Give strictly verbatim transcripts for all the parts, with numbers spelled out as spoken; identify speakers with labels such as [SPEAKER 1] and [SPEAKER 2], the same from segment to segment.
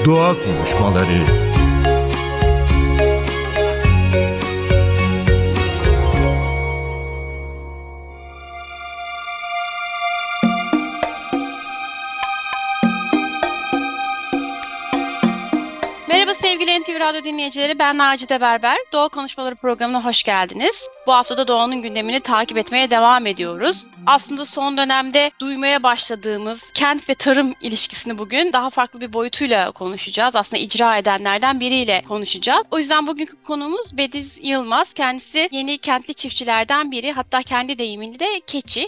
[SPEAKER 1] Doğa Konuşmaları.
[SPEAKER 2] Merhaba sevgili N T V Radyo dinleyicileri, ben Nacide Berber. Doğa Konuşmaları programına hoş geldiniz. Bu hafta da doğanın gündemini takip etmeye devam ediyoruz. Aslında son dönemde duymaya başladığımız kent ve tarım ilişkisini bugün daha farklı bir boyutuyla konuşacağız. Aslında icra edenlerden biriyle konuşacağız. O yüzden bugünkü konuğumuz Bediz Yılmaz. Kendisi yeni kentli çiftçilerden biri. Hatta kendi deyimiyle de keçi.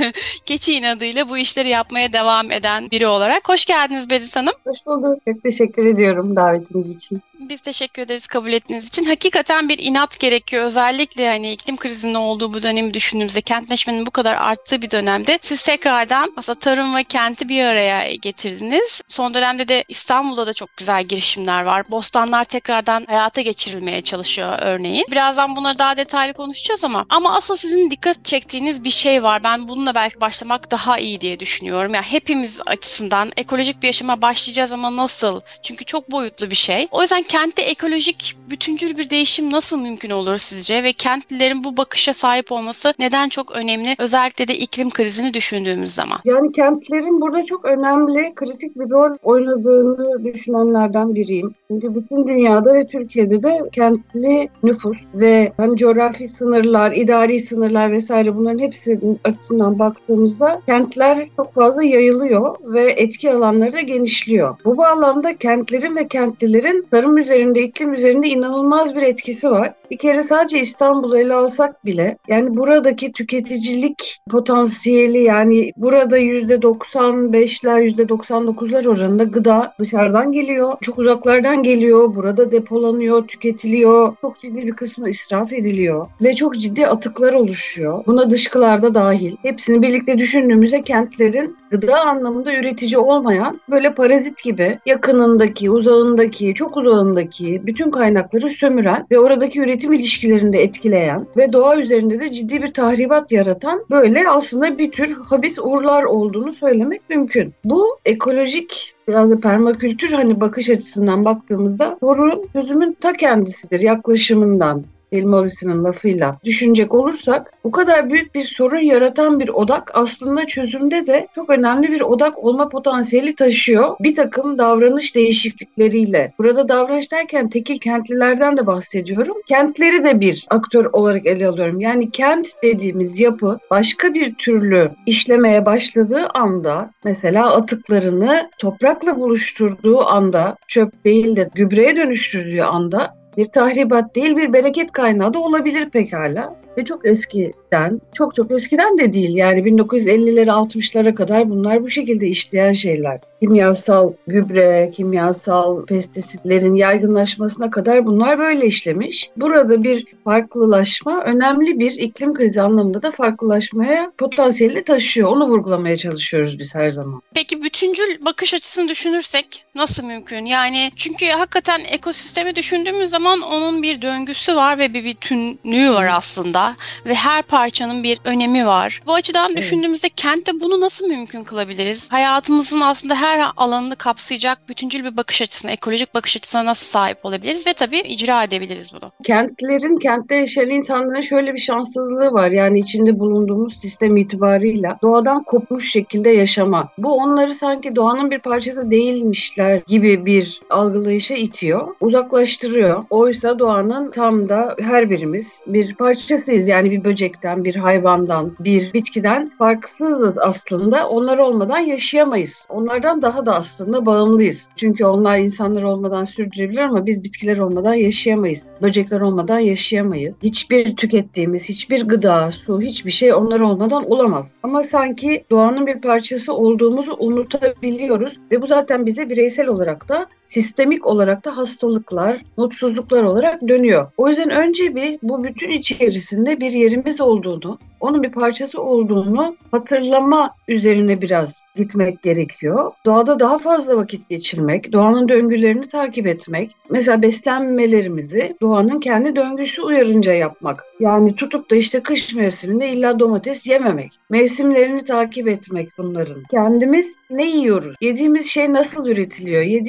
[SPEAKER 2] Keçi inadıyla bu işleri yapmaya devam eden biri olarak. Hoş geldiniz Bediz Hanım.
[SPEAKER 3] Hoş bulduk. Çok teşekkür ediyorum davetiniz için.
[SPEAKER 2] Biz teşekkür ederiz kabul ettiğiniz için. Hakikaten bir inat gerekiyor. Özellikle hani iklim krizinin olduğu bu dönemi düşündüğümüzde, kentleşmenin bu kadar arttığı bir dönemde siz tekrardan aslında tarım ve kenti bir araya getirdiniz. Son dönemde de İstanbul'da da çok güzel girişimler var. Bostanlar tekrardan hayata geçirilmeye çalışıyor örneğin. Birazdan bunları daha detaylı konuşacağız ama ama asıl sizin dikkat çektiğiniz bir şey var. Ben bununla belki başlamak daha iyi diye düşünüyorum. Yani hepimiz açısından ekolojik bir yaşama başlayacağız ama nasıl? Çünkü çok boyutlu bir şey. O yüzden kentte ekolojik, bütüncül bir değişim nasıl mümkün olur sizce? Ve kentlilerin bu bakışa sahip olması neden çok önemli? Özellikle de iklim krizini düşündüğümüz zaman.
[SPEAKER 3] Yani kentlerin burada çok önemli, kritik bir rol oynadığını düşünenlerden biriyim. Çünkü bütün dünyada ve Türkiye'de de kentli nüfus ve hani coğrafi sınırlar, idari sınırlar vesaire bunların hepsinin açısından baktığımızda kentler çok fazla yayılıyor ve etki alanları da genişliyor. Bu bağlamda kentlerin ve kentlilerin tarım üzerinde, iklim üzerinde inanılmaz bir etkisi var. Bir kere sadece İstanbul'u ele alsak bile yani buradaki tüketicilik potansiyeli, yani burada yüzde doksan beşler, yüzde doksan dokuzlar oranında gıda dışarıdan geliyor. Çok uzaklardan geliyor. Burada depolanıyor, tüketiliyor. Çok ciddi bir kısmı israf ediliyor. Ve çok ciddi atıklar oluşuyor. Buna dışkılar da dahil. Hepsini birlikte düşündüğümüzde kentlerin gıda anlamında üretici olmayan, böyle parazit gibi yakınındaki, uzağındaki, çok uzağındaki bütün kaynakları sömüren ve oradaki üretim ilişkilerini de etkileyen ve doğa üzerinde de ciddi bir tahribat yaratan böyle aslında bir tür habis urlar olduğunu söylemek mümkün. Bu ekolojik, biraz da permakültür hani bakış açısından baktığımızda sorun çözümün ta kendisidir yaklaşımından. Bill Mollison'ın lafıyla düşünecek olursak bu kadar büyük bir sorun yaratan bir odak aslında çözümde de çok önemli bir odak olma potansiyeli taşıyor. Bir takım davranış değişiklikleriyle. Burada davranış derken tekil kentlilerden de bahsediyorum. Kentleri de bir aktör olarak ele alıyorum. Yani kent dediğimiz yapı başka bir türlü işlemeye başladığı anda, mesela atıklarını toprakla buluşturduğu anda, çöp değil de gübreye dönüştürdüğü anda bir tahribat değil, bir bereket kaynağı da olabilir pekala. Ve çok eskiden, çok çok eskiden de değil, yani bin dokuz yüz ellilere altmışlara kadar bunlar bu şekilde işleyen şeyler. Kimyasal gübre, kimyasal pestisitlerin yaygınlaşmasına kadar bunlar böyle işlemiş. Burada bir farklılaşma, önemli bir iklim krizi anlamında da farklılaşmaya potansiyeli taşıyor. Onu vurgulamaya çalışıyoruz biz her zaman.
[SPEAKER 2] Peki bütüncül bakış açısını düşünürsek nasıl mümkün? Yani çünkü hakikaten ekosistemi düşündüğümüz zaman onun bir döngüsü var ve bir bütünlüğü var aslında. Ve her parçanın bir önemi var. Bu açıdan düşündüğümüzde evet, kentte bunu nasıl mümkün kılabiliriz? Hayatımızın aslında her alanını kapsayacak bütüncül bir bakış açısına, ekolojik bakış açısına nasıl sahip olabiliriz ve tabii icra edebiliriz bunu.
[SPEAKER 3] Kentlerin, kentte yaşayan insanların şöyle bir şanssızlığı var. Yani içinde bulunduğumuz sistem itibarıyla doğadan kopmuş şekilde yaşama. Bu onları sanki doğanın bir parçası değilmişler gibi bir algılayışa itiyor, uzaklaştırıyor. Oysa doğanın tam da her birimiz bir parçasıyız. Yani bir böcekten, bir hayvandan, bir bitkiden farksızız aslında. Onlar olmadan yaşayamayız. Onlardan daha da aslında bağımlıyız. Çünkü onlar insanlar olmadan sürdürebilir ama biz bitkiler olmadan yaşayamayız. Böcekler olmadan yaşayamayız. Hiçbir tükettiğimiz, hiçbir gıda, su, hiçbir şey onlar olmadan olamaz. Ama sanki doğanın bir parçası olduğumuzu unutabiliyoruz ve bu zaten bize bireysel olarak da sistemik olarak da hastalıklar, mutsuzluklar olarak dönüyor. O yüzden önce bir bu bütün içerisinde bir yerimiz olduğunu, onun bir parçası olduğunu hatırlama üzerine biraz gitmek gerekiyor. Doğada daha fazla vakit geçirmek, doğanın döngülerini takip etmek, mesela beslenmelerimizi doğanın kendi döngüsü uyarınca yapmak. Yani tutup da işte kış mevsiminde illa domates yememek. Mevsimlerini takip etmek bunların. Kendimiz ne yiyoruz? Yediğimiz şey nasıl üretiliyor? Yediğimiz şey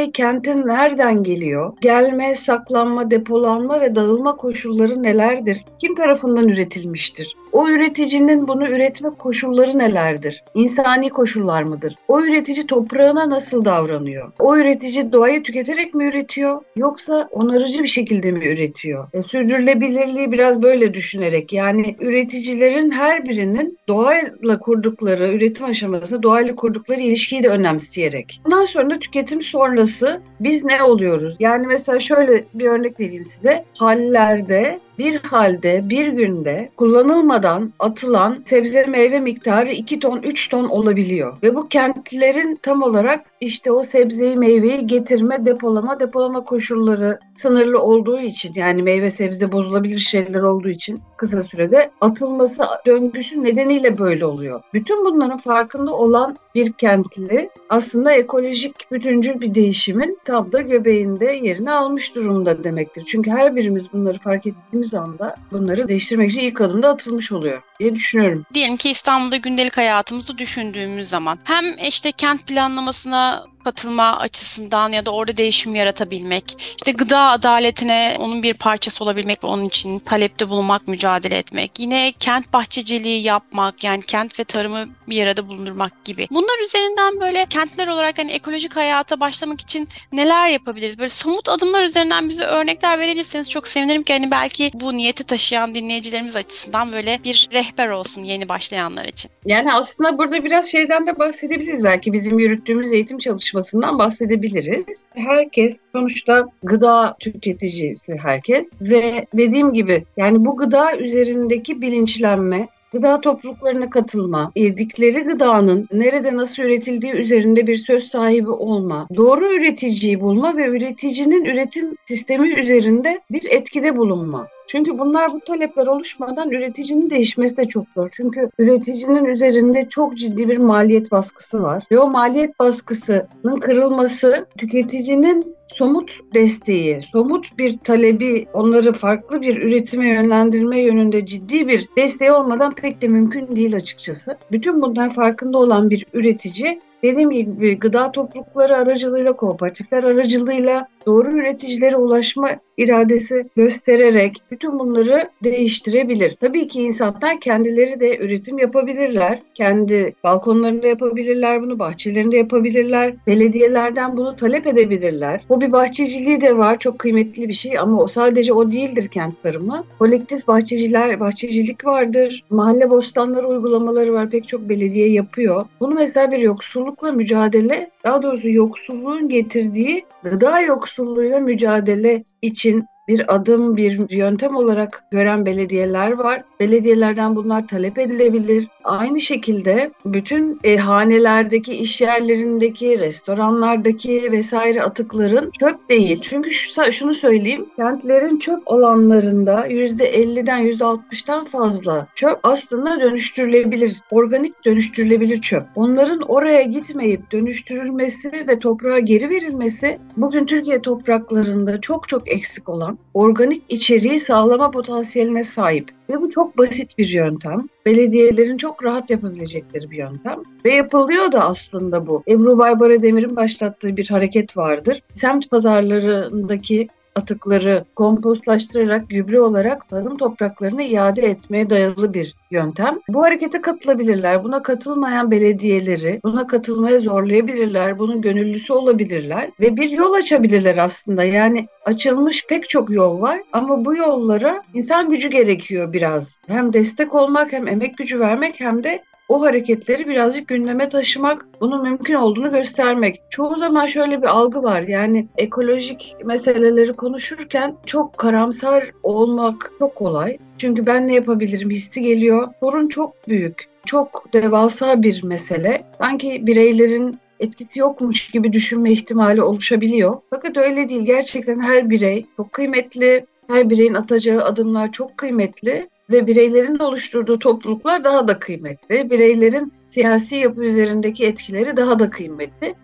[SPEAKER 3] sebze kentin nereden geliyor? Gelme, saklanma, depolanma ve dağılma koşulları nelerdir? Kim tarafından üretilmiştir? O üreticinin bunu üretme koşulları nelerdir? İnsani koşullar mıdır? O üretici toprağına nasıl davranıyor? O üretici doğayı tüketerek mi üretiyor? Yoksa onarıcı bir şekilde mi üretiyor? E, sürdürülebilirliği biraz böyle düşünerek, yani üreticilerin her birinin doğayla kurdukları, üretim aşamasında doğayla kurdukları ilişkiyi de önemseyerek. Bundan sonra da tüketim sonrası biz ne oluyoruz? Yani mesela şöyle bir örnek vereyim size. Hallerde bir halde bir günde kullanılmadan atılan sebze meyve miktarı iki ton üç ton olabiliyor. Ve bu kentlilerin tam olarak işte o sebzeyi meyveyi getirme, depolama, depolama koşulları sınırlı olduğu için, yani meyve sebze bozulabilir şeyler olduğu için kısa sürede atılması döngüsü nedeniyle böyle oluyor. Bütün bunların farkında olan bir kentli aslında ekolojik bütüncül bir değişimin tam da göbeğinde yerini almış durumda demektir. Çünkü her birimiz bunları fark ettiğimiz anda bunları değiştirmek için ilk adımda atılmış oluyor diye düşünüyorum.
[SPEAKER 2] Diyelim ki İstanbul'da gündelik hayatımızı düşündüğümüz zaman hem işte kent planlamasına katılma açısından ya da orada değişim yaratabilmek, işte gıda adaletine onun bir parçası olabilmek ve onun için talepte bulunmak, mücadele etmek, yine kent bahçeciliği yapmak, yani kent ve tarımı bir arada bulundurmak gibi. Bunlar üzerinden böyle kentler olarak hani ekolojik hayata başlamak için neler yapabiliriz? Böyle somut adımlar üzerinden bize örnekler verebilirseniz çok sevinirim ki hani belki bu niyeti taşıyan dinleyicilerimiz açısından böyle bir rehber olsun yeni başlayanlar için.
[SPEAKER 3] Yani aslında burada biraz şeyden de bahsedebiliriz. Belki bizim yürüttüğümüz eğitim çalışmasından bahsedebiliriz. Herkes sonuçta gıda tüketicisi, herkes ve dediğim gibi yani bu gıda üzerindeki bilinçlenme, gıda topluluklarına katılma, yedikleri gıdanın nerede nasıl üretildiği üzerinde bir söz sahibi olma, doğru üreticiyi bulma ve üreticinin üretim sistemi üzerinde bir etkide bulunma. Çünkü bunlar, bu talepler oluşmadan üreticinin değişmesi de çok zor. Çünkü üreticinin üzerinde çok ciddi bir maliyet baskısı var. Ve o maliyet baskısının kırılması tüketicinin somut desteği, somut bir talebi, onları farklı bir üretime yönlendirme yönünde ciddi bir desteği olmadan pek de mümkün değil açıkçası. Bütün bunların farkında olan bir üretici, dediğim gibi gıda toplulukları aracılığıyla, kooperatifler aracılığıyla doğru üreticilere ulaşma iradesi göstererek bütün bunları değiştirebilir. Tabii ki insanlar kendileri de üretim yapabilirler. Kendi balkonlarında yapabilirler bunu, bahçelerinde yapabilirler. Belediyelerden bunu talep edebilirler. Hobi bahçeciliği de var, çok kıymetli bir şey ama o sadece o değildir kent tarımı. Kolektif bahçeciler, bahçecilik vardır. Mahalle bostanları uygulamaları var. Pek çok belediye yapıyor. Bunu mesela bir yoksullukla mücadele, daha doğrusu yoksulluğun getirdiği gıda yoksulluğuyla mücadele için bir adım, bir yöntem olarak gören belediyeler var. Belediyelerden bunlar talep edilebilir. Aynı şekilde bütün e, hanelerdeki, iş yerlerindeki, restoranlardaki vesaire atıkların çöp değil. Çünkü şu, şunu söyleyeyim, kentlerin çöp alanlarında yüzde elliden yüzde altmıştan fazla çöp aslında dönüştürülebilir, organik dönüştürülebilir çöp. Onların oraya gitmeyip dönüştürülmesi ve toprağa geri verilmesi bugün Türkiye topraklarında çok çok eksik olan, organik içeriği sağlama potansiyeline sahip. Ve bu çok basit bir yöntem. Belediyelerin çok rahat yapabilecekleri bir yöntem. Ve yapılıyor da aslında bu. Ebru Baybarademir'in başlattığı bir hareket vardır. Semt pazarlarındaki atıkları kompostlaştırarak, gübre olarak tarım topraklarına iade etmeye dayalı bir yöntem. Bu harekete katılabilirler. Buna katılmayan belediyeleri buna katılmaya zorlayabilirler. Bunun gönüllüsü olabilirler ve bir yol açabilirler aslında. Yani açılmış pek çok yol var ama bu yollara insan gücü gerekiyor biraz. Hem destek olmak, hem emek gücü vermek, hem de o hareketleri birazcık gündeme taşımak, bunun mümkün olduğunu göstermek. Çoğu zaman şöyle bir algı var. Yani ekolojik meseleleri konuşurken çok karamsar olmak çok kolay. Çünkü ben ne yapabilirim hissi geliyor. Sorun çok büyük, çok devasa bir mesele. Sanki bireylerin etkisi yokmuş gibi düşünme ihtimali oluşabiliyor. Fakat öyle değil. Gerçekten her birey çok kıymetli. Her bireyin atacağı adımlar çok kıymetli. Ve bireylerin oluşturduğu topluluklar daha da kıymetli. Bireylerin siyasi yapı üzerindeki etkileri daha da kıymetli.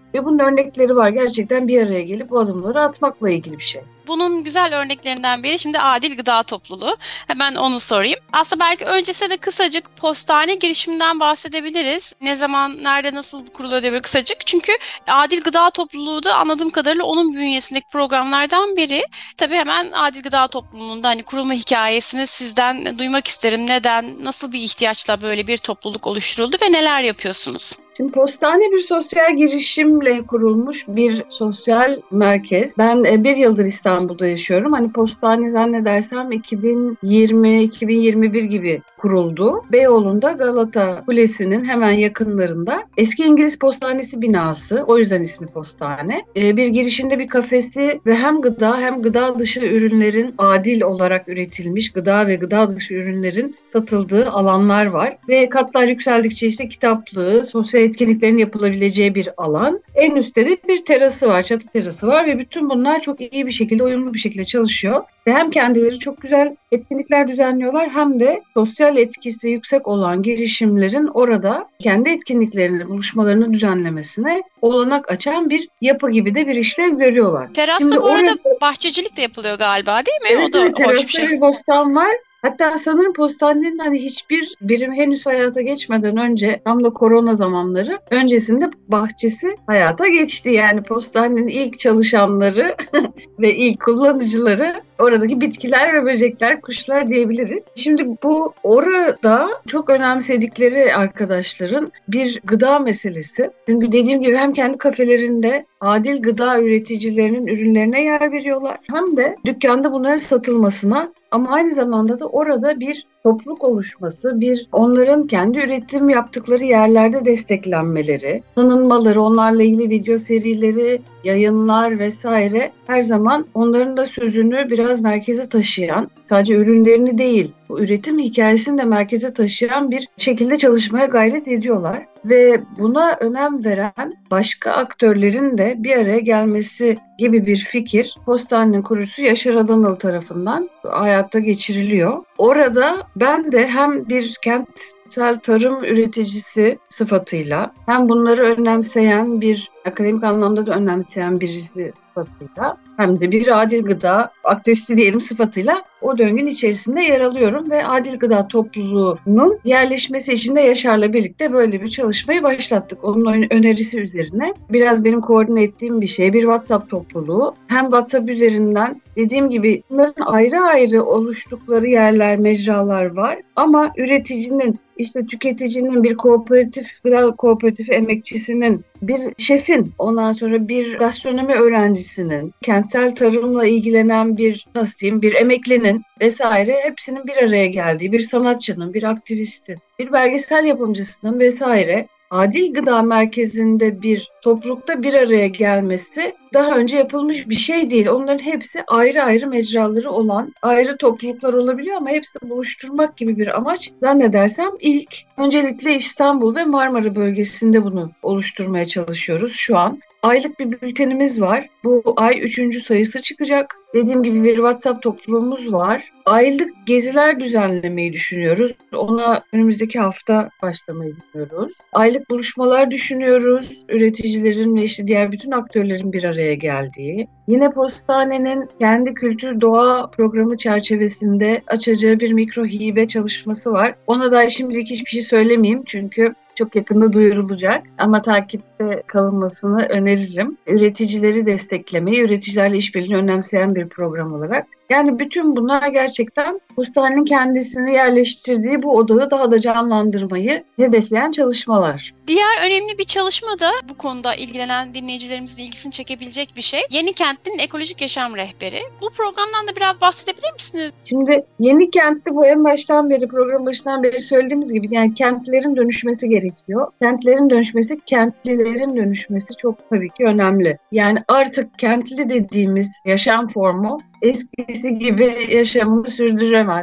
[SPEAKER 3] Ve bunun örnekleri var. Gerçekten bir araya gelip bu adımları atmakla ilgili bir şey.
[SPEAKER 2] Bunun güzel örneklerinden biri şimdi Adil Gıda Topluluğu. Hemen onu sorayım. Aslında belki öncesinde de kısacık postane girişiminden bahsedebiliriz. Ne zaman, nerede, nasıl kuruluyor diye bir kısacık. Çünkü Adil Gıda Topluluğu da anladığım kadarıyla onun bünyesindeki programlardan biri. Tabii hemen Adil Gıda Topluluğu'nun da hani kurulma hikayesini sizden duymak isterim. Neden, nasıl bir ihtiyaçla böyle bir topluluk oluşturuldu ve neler yapıyorsunuz?
[SPEAKER 3] Şimdi postane bir sosyal girişimle kurulmuş bir sosyal merkez. Ben e, bir yıldır İstanbul'da yaşıyorum. Hani postane zannedersem iki bin yirmi iki bin yirmi bir gibi kuruldu. Beyoğlu'nda Galata Kulesi'nin hemen yakınlarında eski İngiliz Postanesi binası. O yüzden ismi postane. E, bir girişinde bir kafesi ve hem gıda hem gıda dışı ürünlerin adil olarak üretilmiş gıda ve gıda dışı ürünlerin satıldığı alanlar var. Ve katlar yükseldikçe işte kitaplığı, sosyal etkinliklerin yapılabileceği bir alan. En üstte de bir terası var, çatı terası var ve bütün bunlar çok iyi bir şekilde, uyumlu bir şekilde çalışıyor. Ve hem kendileri çok güzel etkinlikler düzenliyorlar hem de sosyal etkisi yüksek olan girişimlerin orada kendi etkinliklerini, buluşmalarını düzenlemesine olanak açan bir yapı gibi de bir işlev görüyorlar.
[SPEAKER 2] Terasta
[SPEAKER 3] Şimdi
[SPEAKER 2] bu arada
[SPEAKER 3] orada,
[SPEAKER 2] bahçecilik de yapılıyor galiba, değil mi?
[SPEAKER 3] evet,
[SPEAKER 2] O da
[SPEAKER 3] evet,
[SPEAKER 2] hoş bir
[SPEAKER 3] terasta
[SPEAKER 2] şey.
[SPEAKER 3] bir bostan var. Hatta sanırım postanenin hani hiçbir birim henüz hayata geçmeden önce, tam da korona zamanları öncesinde bahçesi hayata geçti. Yani postanenin ilk çalışanları ve ilk kullanıcıları oradaki bitkiler ve böcekler, kuşlar diyebiliriz. Şimdi bu orada çok önemsedikleri arkadaşların bir gıda meselesi. Çünkü dediğim gibi hem kendi kafelerinde adil gıda üreticilerinin ürünlerine yer veriyorlar hem de dükkanda bunların satılmasına, ama aynı zamanda da orada bir topluluk oluşması, bir onların kendi üretim yaptıkları yerlerde desteklenmeleri, tanınmaları, onlarla ilgili video serileri, yayınlar vesaire her zaman onların da sözünü biraz merkeze taşıyan, sadece ürünlerini değil, bu üretim hikayesini de merkeze taşıyan bir şekilde çalışmaya gayret ediyorlar. Ve buna önem veren başka aktörlerin de bir araya gelmesi gibi bir fikir postanenin kurucusu Yaşar Adanalı tarafından hayata geçiriliyor. Orada ben de hem bir kentsel tarım üreticisi sıfatıyla hem bunları önemseyen bir akademik anlamda da önemseyen birisi sıfatıyla hem de bir adil gıda aktivisti diyelim sıfatıyla o döngünün içerisinde yer alıyorum ve Adil Gıda Topluluğu'nun yerleşmesi için de Yaşar'la birlikte böyle bir çalışmayı başlattık. Onun önerisi üzerine biraz benim koordine ettiğim bir şey, bir WhatsApp topluluğu. Hem WhatsApp üzerinden dediğim gibi bunların ayrı ayrı oluştukları yerler, mecralar var ama üreticinin, işte tüketicinin, bir kooperatif, gıda kooperatifi emekçisinin, bir şefin, ondan sonra bir gastronomi öğrencisinin, kentsel tarımla ilgilenen bir, nasıl diyeyim, bir emeklinin vesaire hepsinin bir araya geldiği, bir sanatçının, bir aktivistin, bir belgesel yapımcısının vesaire Adil Gıda Merkezi'nde bir toplulukta bir araya gelmesi daha önce yapılmış bir şey değil. Onların hepsi ayrı ayrı mecraları olan ayrı topluluklar olabiliyor ama hepsini buluşturmak gibi bir amaç zannedersem ilk. Öncelikle İstanbul ve Marmara bölgesinde bunu oluşturmaya çalışıyoruz şu an. Aylık bir bültenimiz var. Bu ay üçüncü sayısı çıkacak. Dediğim gibi bir WhatsApp topluluğumuz var. Aylık geziler düzenlemeyi düşünüyoruz. Ona önümüzdeki hafta başlamayı düşünüyoruz. Aylık buluşmalar düşünüyoruz. Üreticilerin ve işte diğer bütün aktörlerin bir araya geldiği. Yine postanenin kendi kültür doğa programı çerçevesinde açacağı bir mikro hibe çalışması var. Ona da şimdilik hiçbir şey söylemeyeyim çünkü çok yakında duyurulacak ama takipte kalınmasını öneririm. Üreticileri desteklemeyi, üreticilerle işbirliğini önemseyen bir program olarak. Yani bütün bunlar gerçekten postanenin kendisini yerleştirdiği bu odağı daha da canlandırmayı hedefleyen çalışmalar.
[SPEAKER 2] Diğer önemli bir çalışma da bu konuda ilgilenen dinleyicilerimizin ilgisini çekebilecek bir şey. Yeni Kentli'nin Ekolojik Yaşam Rehberi. Bu programdan da biraz bahsedebilir misiniz?
[SPEAKER 3] Şimdi Yeni Kentli bu en baştan beri, program başından beri söylediğimiz gibi yani kentlerin dönüşmesi gerekiyor. Kentlerin dönüşmesi, kentlilerin dönüşmesi çok tabii ki önemli. Yani artık kentli dediğimiz yaşam formu eskisi gibi yaşamını sürdüremez.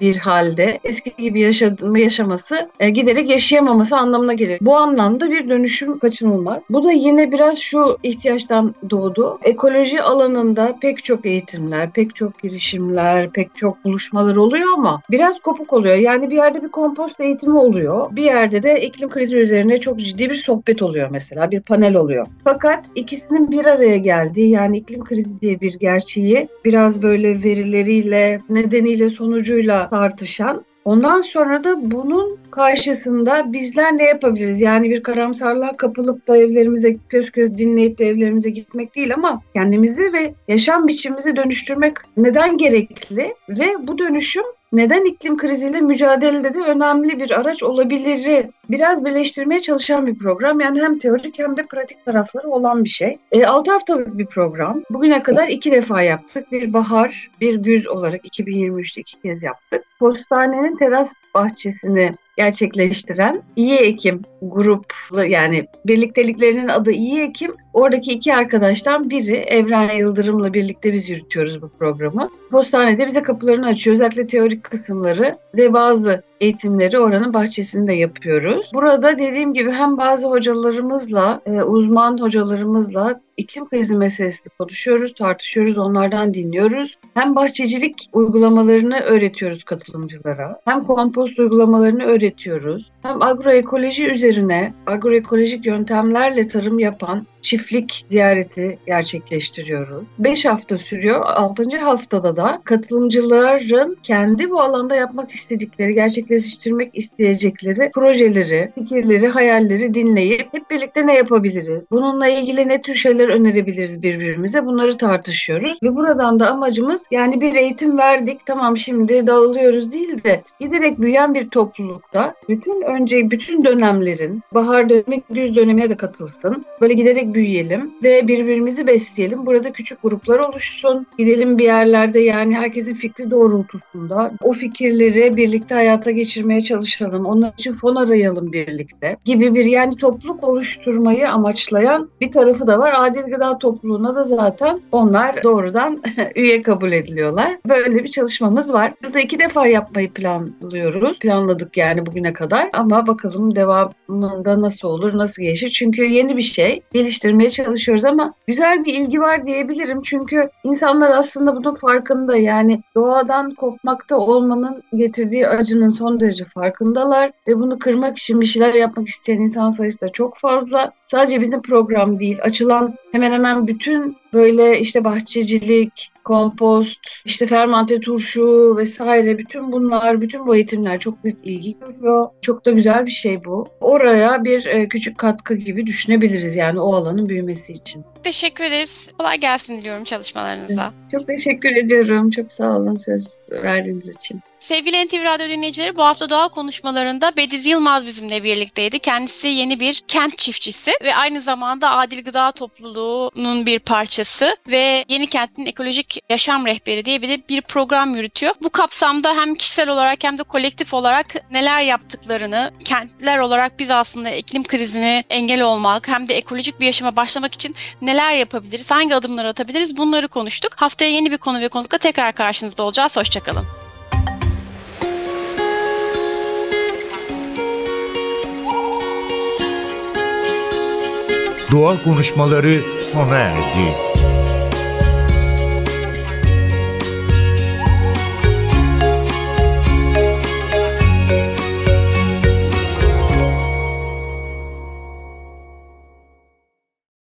[SPEAKER 3] bir halde eski gibi yaşadığı, yaşaması e, giderek yaşayamaması anlamına geliyor. Bu anlamda bir dönüşüm kaçınılmaz. Bu da yine biraz şu ihtiyaçtan doğdu. Ekoloji alanında pek çok eğitimler, pek çok girişimler, pek çok buluşmalar oluyor ama biraz kopuk oluyor. Yani bir yerde bir kompost eğitimi oluyor. Bir yerde de iklim krizi üzerine çok ciddi bir sohbet oluyor mesela. Bir panel oluyor. Fakat ikisinin bir araya geldiği, yani iklim krizi diye bir gerçeği biraz böyle verileriyle, nedeniyle, sonucuyla tartışan, ondan sonra da bunun karşısında bizler ne yapabiliriz? Yani bir karamsarlığa kapılıp da evlerimize köz köz dinleyip de evlerimize gitmek değil ama kendimizi ve yaşam biçimimizi dönüştürmek neden gerekli ve bu dönüşüm neden iklim kriziyle mücadelede de önemli bir araç olabilir? Biraz birleştirmeye çalışan bir program. Yani hem teorik hem de pratik tarafları olan bir şey. E, altı haftalık bir program. Bugüne kadar iki defa yaptık. Bir bahar, bir güz olarak iki bin yirmi üçte iki kez yaptık. Postanenin teras bahçesini gerçekleştiren İyi Ekim gruplu, yani birlikteliklerinin adı İyi Ekim. Oradaki iki arkadaştan biri Evren Yıldırım'la birlikte biz yürütüyoruz bu programı. Postanede bize kapılarını açıyor. Özellikle teorik kısımları ve bazı eğitimleri oranın bahçesinde yapıyoruz. Burada dediğim gibi hem bazı hocalarımızla, uzman hocalarımızla iklim krizi meselesini konuşuyoruz, tartışıyoruz, onlardan dinliyoruz. Hem bahçecilik uygulamalarını öğretiyoruz katılımcılara, hem kompost uygulamalarını öğretiyoruz. Hem agroekoloji üzerine, agroekolojik yöntemlerle tarım yapan çiftlik ziyareti gerçekleştiriyoruz. beş hafta sürüyor. altıncı haftada da katılımcıların kendi bu alanda yapmak istedikleri, gerçekleştirmek isteyecekleri projeleri, fikirleri, hayalleri dinleyip hep birlikte ne yapabiliriz? Bununla ilgili ne tür şeyler önerebiliriz birbirimize? Bunları tartışıyoruz. Ve buradan da amacımız, yani bir eğitim verdik, tamam şimdi dağılıyoruz değil de giderek büyüyen bir toplulukta bütün önce bütün dönemlerin, bahar dönemi, güz dönemine de katılsın. Böyle giderek büyüyelim ve birbirimizi besleyelim. Burada küçük gruplar oluşsun. Gidelim bir yerlerde, yani herkesin fikri doğrultusunda o fikirleri birlikte hayata geçirmeye çalışalım. Onun için fon arayalım birlikte gibi bir, yani topluluk oluşturmayı amaçlayan bir tarafı da var. Adil Gıda Topluluğu'na da zaten onlar doğrudan üye kabul ediliyorlar. Böyle bir çalışmamız var. Burada iki defa yapmayı planlıyoruz. Planladık yani bugüne kadar ama bakalım devamında nasıl olur, nasıl gelişir. Çünkü yeni bir şey geliştirmeye çalışıyoruz ama güzel bir ilgi var diyebilirim. Çünkü insanlar aslında bunun farkında, yani doğadan kopmakta olmanın getirdiği acının son derece farkındalar ve bunu kırmak için bir şeyler yapmak isteyen insan sayısı da çok fazla. Sadece bizim program değil, açılan hemen hemen bütün böyle işte bahçecilik, kompost, işte fermante turşu vesaire, bütün bunlar, bütün bu eğitimler çok büyük ilgi görüyor. Çok da güzel bir şey bu. Oraya bir e, küçük katkı gibi düşünebiliriz, yani o alanın büyümesi için.
[SPEAKER 2] Teşekkür ederiz. Kolay gelsin diliyorum çalışmalarınıza.
[SPEAKER 3] Çok teşekkür ediyorum. Çok sağ olun söz verdiğiniz için.
[SPEAKER 2] Sevgili N T V Radyo dinleyicileri, bu hafta doğa konuşmalarında Bediz Yılmaz bizimle birlikteydi. Kendisi yeni bir kent çiftçisi ve aynı zamanda Adil Gıda Topluluğu'nun bir parçası ve Yeni Kent'in ekolojik yaşam rehberi diye bir, bir program yürütüyor. Bu kapsamda hem kişisel olarak hem de kolektif olarak neler yaptıklarını, kentliler olarak biz aslında iklim krizine engel olmak hem de ekolojik bir yaşama başlamak için neler yapabiliriz, hangi adımları atabiliriz, bunları konuştuk. Haftaya yeni bir konu ve konukla tekrar karşınızda olacağız. Hoşçakalın.
[SPEAKER 1] Doğa konuşmaları sona erdi.